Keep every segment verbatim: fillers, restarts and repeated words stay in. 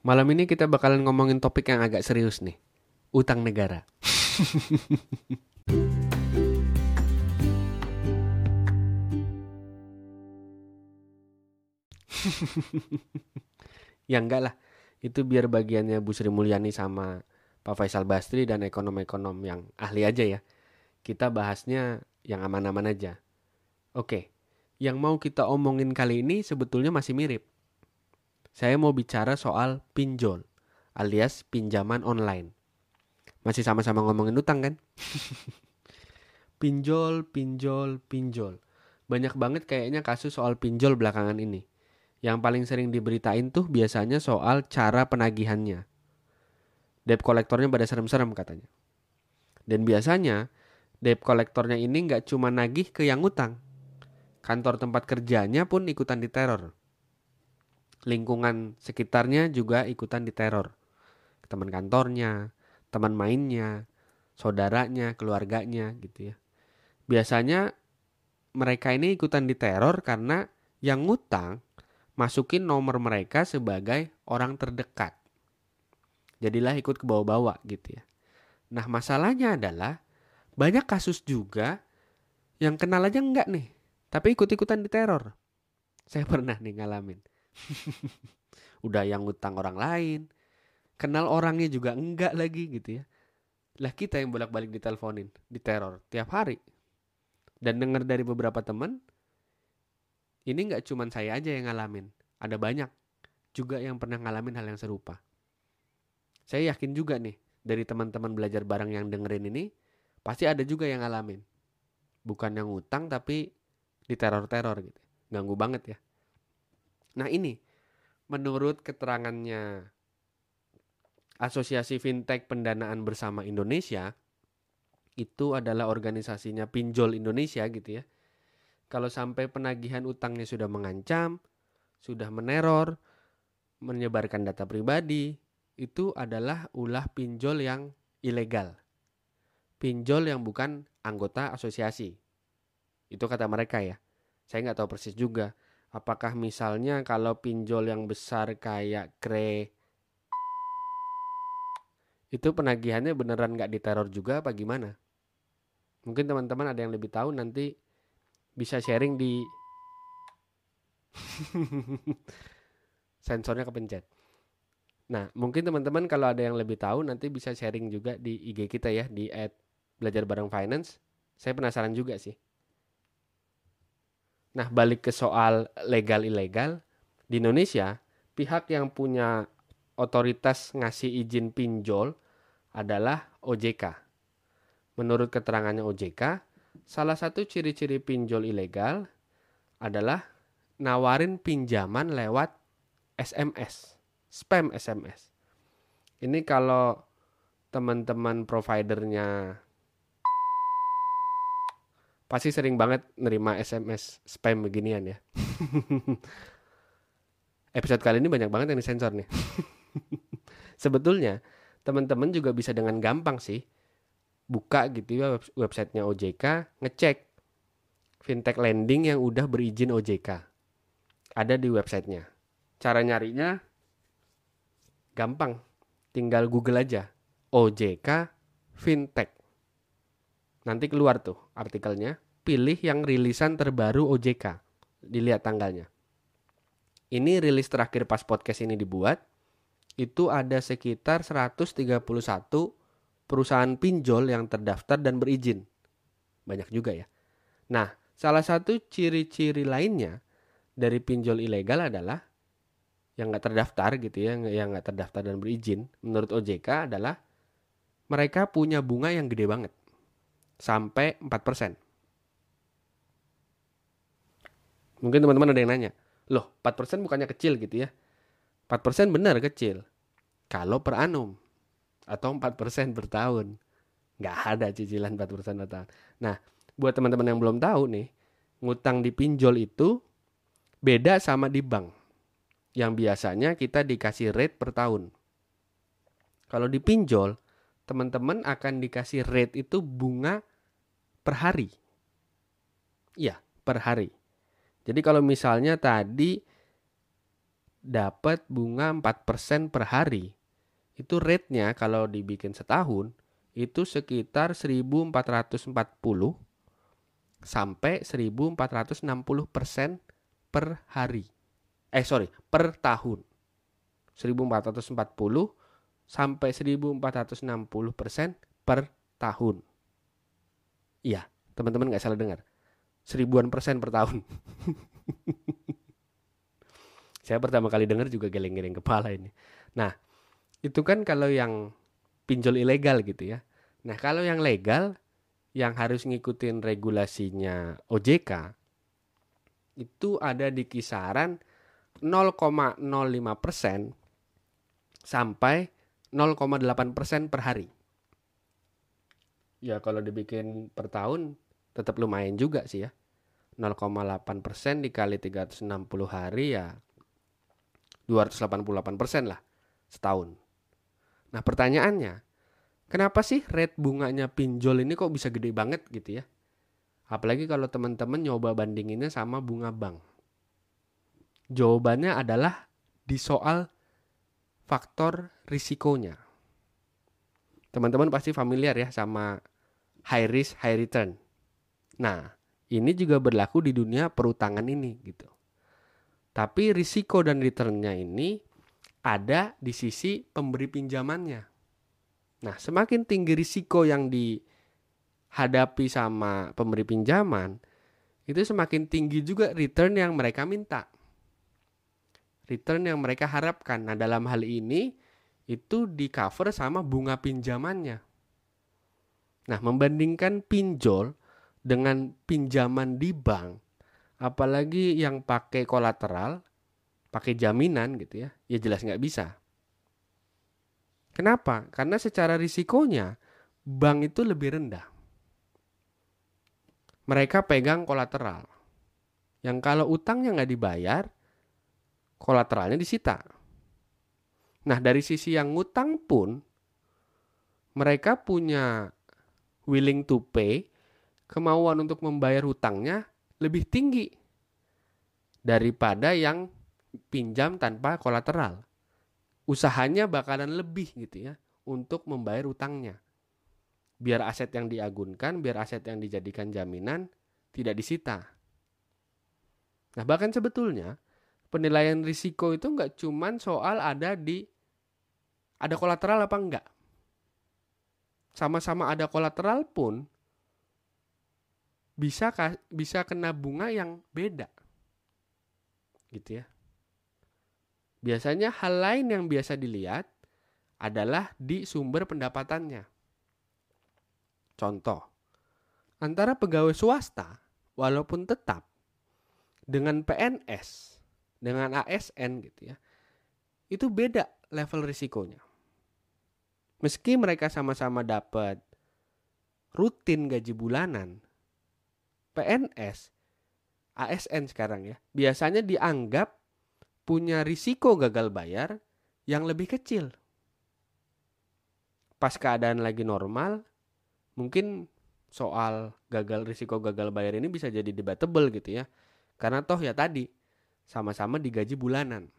Malam ini kita bakalan ngomongin topik yang agak serius nih. Utang negara. Ya enggak lah. Itu biar bagiannya Bu Sri Mulyani sama Pak Faisal Basri dan ekonom-ekonom yang ahli aja ya. Kita bahasnya yang aman-aman aja. Oke. Yang mau kita omongin kali ini sebetulnya masih mirip. Saya mau bicara soal pinjol alias pinjaman online. Masih sama-sama ngomongin utang kan? Pinjol, pinjol, pinjol. Banyak banget kayaknya kasus soal pinjol belakangan ini. Yang paling sering diberitain tuh biasanya soal cara penagihannya. Debt kolektornya pada serem-serem katanya. Dan biasanya debt kolektornya ini nggak cuma nagih ke yang utang. Kantor tempat kerjanya pun ikutan diteror. Lingkungan sekitarnya juga ikutan diteror. Teman kantornya, teman mainnya, saudaranya, keluarganya gitu ya. Biasanya mereka ini ikutan diteror karena yang ngutang masukin nomor mereka sebagai orang terdekat. Jadilah ikut ke bawah-bawah gitu ya. Nah masalahnya adalah banyak kasus juga yang kenal aja enggak nih. Tapi ikut-ikutan diteror. Saya pernah nih ngalamin. Udah yang ngutang orang lain. Kenal orangnya juga enggak lagi gitu ya. Lah kita yang bolak-balik diteleponin, diteror tiap hari. Dan dengar dari beberapa teman, ini nggak cuma saya aja yang ngalamin. Ada banyak juga yang pernah ngalamin hal yang serupa. Saya yakin juga nih, dari teman-teman belajar bareng yang dengerin ini, pasti ada juga yang ngalamin. Bukan yang ngutang tapi diteror-teror gitu. Ganggu banget ya. Nah ini, menurut keterangannya Asosiasi Fintech Pendanaan Bersama Indonesia, itu adalah organisasinya Pinjol Indonesia gitu ya. Kalau sampai penagihan utangnya sudah mengancam, sudah meneror, menyebarkan data pribadi, itu adalah ulah pinjol yang ilegal. Pinjol yang bukan anggota asosiasi. Itu kata mereka ya. Saya nggak tahu persis juga. Apakah misalnya kalau pinjol yang besar kayak Kre, itu penagihannya beneran nggak diteror juga apa gimana? Mungkin teman-teman ada yang lebih tahu, nanti bisa sharing di sensornya kepencet. Nah, mungkin teman-teman kalau ada yang lebih tahu nanti bisa sharing juga di I G kita ya, di et belajar bareng finance. Saya penasaran juga sih. Nah, balik ke soal legal ilegal, di Indonesia pihak yang punya otoritas ngasih izin pinjol adalah O J K. Menurut keterangannya O J K, salah satu ciri-ciri pinjol ilegal adalah nawarin pinjaman lewat S M S, spam S M S. Ini kalau teman-teman providernya pasti sering banget nerima S M S spam beginian ya. Episode kali ini banyak banget yang disensor nih. Sebetulnya teman-teman juga bisa dengan gampang sih buka gitu ya websitenya O J K, ngecek fintech lending yang udah berizin O J K. Ada di websitenya. Cara nyarinya gampang. Tinggal Google aja. O J K Fintech. Nanti keluar tuh artikelnya. Pilih yang rilisan terbaru O J K. Dilihat tanggalnya. Ini rilis terakhir pas podcast ini dibuat. Itu ada sekitar seratus tiga puluh satu perusahaan pinjol yang terdaftar dan berizin. Banyak juga ya. Nah, salah satu ciri-ciri lainnya dari pinjol ilegal adalah yang nggak terdaftar gitu ya, yang nggak terdaftar dan berizin, menurut O J K adalah mereka punya bunga yang gede banget, sampai empat persen. Mungkin teman-teman ada yang nanya, loh empat persen bukannya kecil gitu ya? empat persen benar kecil, kalau per annum, atau empat persen per tahun. Nggak ada cicilan empat persen per tahun. Nah, buat teman-teman yang belum tahu nih, ngutang di pinjol itu beda sama di bank. Yang biasanya kita dikasih rate per tahun. Kalau di pinjol, teman-teman akan dikasih rate itu bunga per hari. Iya, per hari. Jadi kalau misalnya tadi dapat bunga empat persen per hari. Itu rate-nya kalau dibikin setahun itu sekitar seribu empat ratus empat puluh sampai seribu empat ratus enam puluh persen per hari. Eh sorry, per tahun. seribu empat ratus empat puluh sampai seribu empat ratus enam puluh persen per tahun. Iya, teman-teman nggak salah dengar. Seribuan persen per tahun. Saya pertama kali dengar juga geleng-geleng kepala ini. Nah, itu kan kalau yang pinjol ilegal gitu ya. Nah, kalau yang legal, yang harus ngikutin regulasinya O J K, itu ada di kisaran nol koma nol lima persen sampai nol koma delapan persen per hari. Ya kalau dibikin per tahun tetap lumayan juga sih ya. nol koma delapan persen dikali tiga ratus enam puluh hari ya dua ratus delapan puluh delapan persen lah setahun. Nah pertanyaannya, kenapa sih rate bunganya pinjol ini kok bisa gede banget gitu ya? Apalagi kalau teman-teman nyoba bandinginnya sama bunga bank. Jawabannya adalah di soal faktor risikonya. Teman-teman pasti familiar ya sama high risk, high return. Nah, ini juga berlaku di dunia perutangan ini gitu. Tapi risiko dan returnnya ini ada di sisi pemberi pinjamannya. Nah, semakin tinggi risiko yang dihadapi sama pemberi pinjaman, itu semakin tinggi juga return yang mereka minta. Return yang mereka harapkan. Nah, dalam hal ini itu di cover sama bunga pinjamannya. Nah, membandingkan pinjol dengan pinjaman di bank, apalagi yang pakai kolateral, pakai jaminan gitu ya, ya jelas nggak bisa. Kenapa? Karena secara risikonya bank itu lebih rendah. Mereka pegang kolateral. Yang kalau utangnya nggak dibayar, kolateralnya disita. Nah dari sisi yang ngutang pun, mereka punya willing to pay, kemauan untuk membayar hutangnya lebih tinggi daripada yang pinjam tanpa kolateral. Usahanya bakalan lebih gitu ya untuk membayar hutangnya. Biar aset yang diagunkan, biar aset yang dijadikan jaminan tidak disita. Nah bahkan sebetulnya penilaian risiko itu nggak cuman soal ada di ada kolateral apa enggak. Sama-sama ada kolateral pun bisa bisa kena bunga yang beda. Gitu ya. Biasanya hal lain yang biasa dilihat adalah di sumber pendapatannya. Contoh, antara pegawai swasta walaupun tetap dengan P N S, dengan A S N gitu ya, itu beda level risikonya. Meski mereka sama-sama dapat rutin gaji bulanan, P N S, A S N sekarang ya, biasanya dianggap punya risiko gagal bayar yang lebih kecil. Pas keadaan lagi normal, mungkin soal gagal risiko gagal bayar ini bisa jadi debatable gitu ya. Karena toh ya tadi, sama-sama digaji bulanan.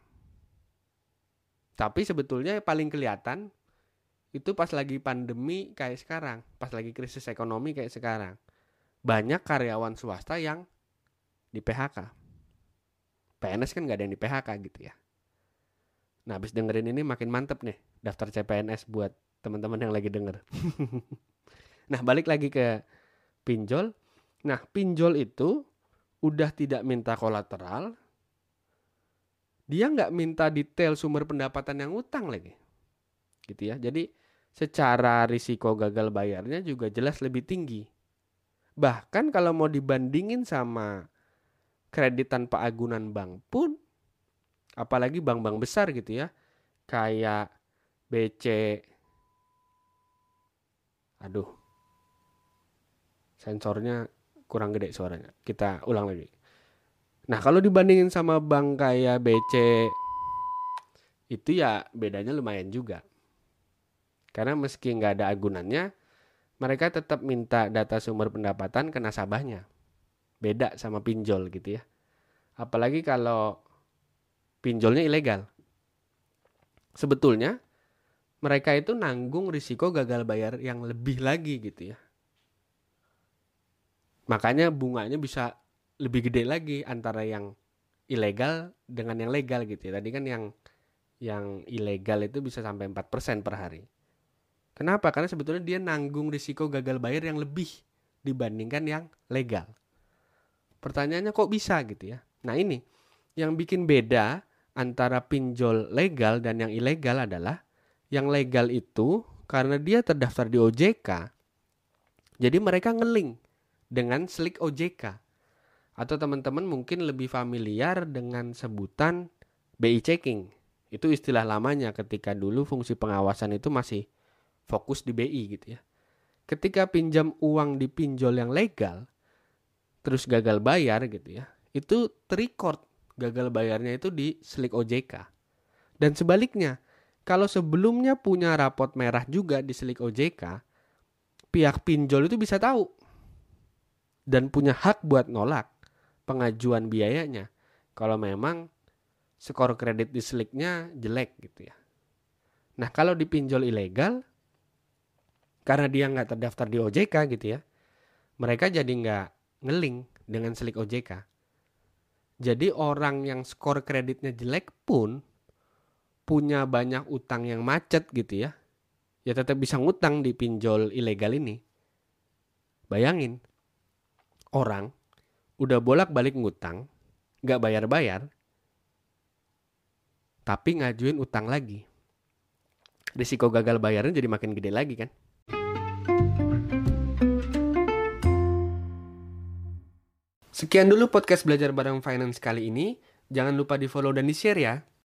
Tapi sebetulnya yang paling kelihatan itu pas lagi pandemi kayak sekarang, pas lagi krisis ekonomi kayak sekarang. Banyak karyawan swasta yang di P H K. P N S kan gak ada yang di P H K gitu ya. Nah habis dengerin ini makin mantep nih daftar C P N S buat teman-teman yang lagi denger. Nah balik lagi ke pinjol. Nah pinjol itu udah tidak minta kolateral. Dia gak minta detail sumber pendapatan yang utang lagi. Gitu ya. Jadi secara risiko gagal bayarnya juga jelas lebih tinggi. Bahkan kalau mau dibandingin sama kredit tanpa agunan bank pun, apalagi bank-bank besar gitu ya, kayak B C, aduh, sensornya kurang gede suaranya, kita ulang lagi. Nah kalau dibandingin sama bank kayak B C, itu ya bedanya lumayan juga. Karena meski nggak ada agunannya, mereka tetap minta data sumber pendapatan ke nasabahnya. Beda sama pinjol gitu ya. Apalagi kalau pinjolnya ilegal. Sebetulnya mereka itu nanggung risiko gagal bayar yang lebih lagi gitu ya. Makanya bunganya bisa lebih gede lagi antara yang ilegal dengan yang legal gitu ya. Tadi kan yang yang ilegal itu bisa sampai empat persen per hari. Kenapa? Karena sebetulnya dia nanggung risiko gagal bayar yang lebih dibandingkan yang legal. Pertanyaannya kok bisa gitu ya. Nah ini yang bikin beda antara pinjol legal dan yang ilegal adalah yang legal itu karena dia terdaftar di O J K, jadi mereka nge-link dengan slik O J K. Atau teman-teman mungkin lebih familiar dengan sebutan B I checking. Itu istilah lamanya ketika dulu fungsi pengawasan itu masih fokus di B I gitu ya. Ketika pinjam uang di pinjol yang legal, terus gagal bayar gitu ya, itu terrecord gagal bayarnya itu di slik O J K. Dan sebaliknya, kalau sebelumnya punya rapot merah juga di slik O J K, pihak pinjol itu bisa tahu dan punya hak buat nolak pengajuan biayanya kalau memang skor kredit di sliknya jelek gitu ya. Nah kalau di pinjol ilegal, karena dia nggak terdaftar di O J K gitu ya, mereka jadi nggak nge-link dengan slik O J K. Jadi orang yang skor kreditnya jelek pun punya banyak utang yang macet gitu ya, ya tetap bisa ngutang di pinjol ilegal ini. Bayangin, orang udah bolak-balik ngutang, gak bayar-bayar, tapi ngajuin utang lagi. Risiko gagal bayarnya jadi makin gede lagi kan. Sekian dulu podcast belajar bareng finance kali ini. Jangan lupa di follow dan di share ya.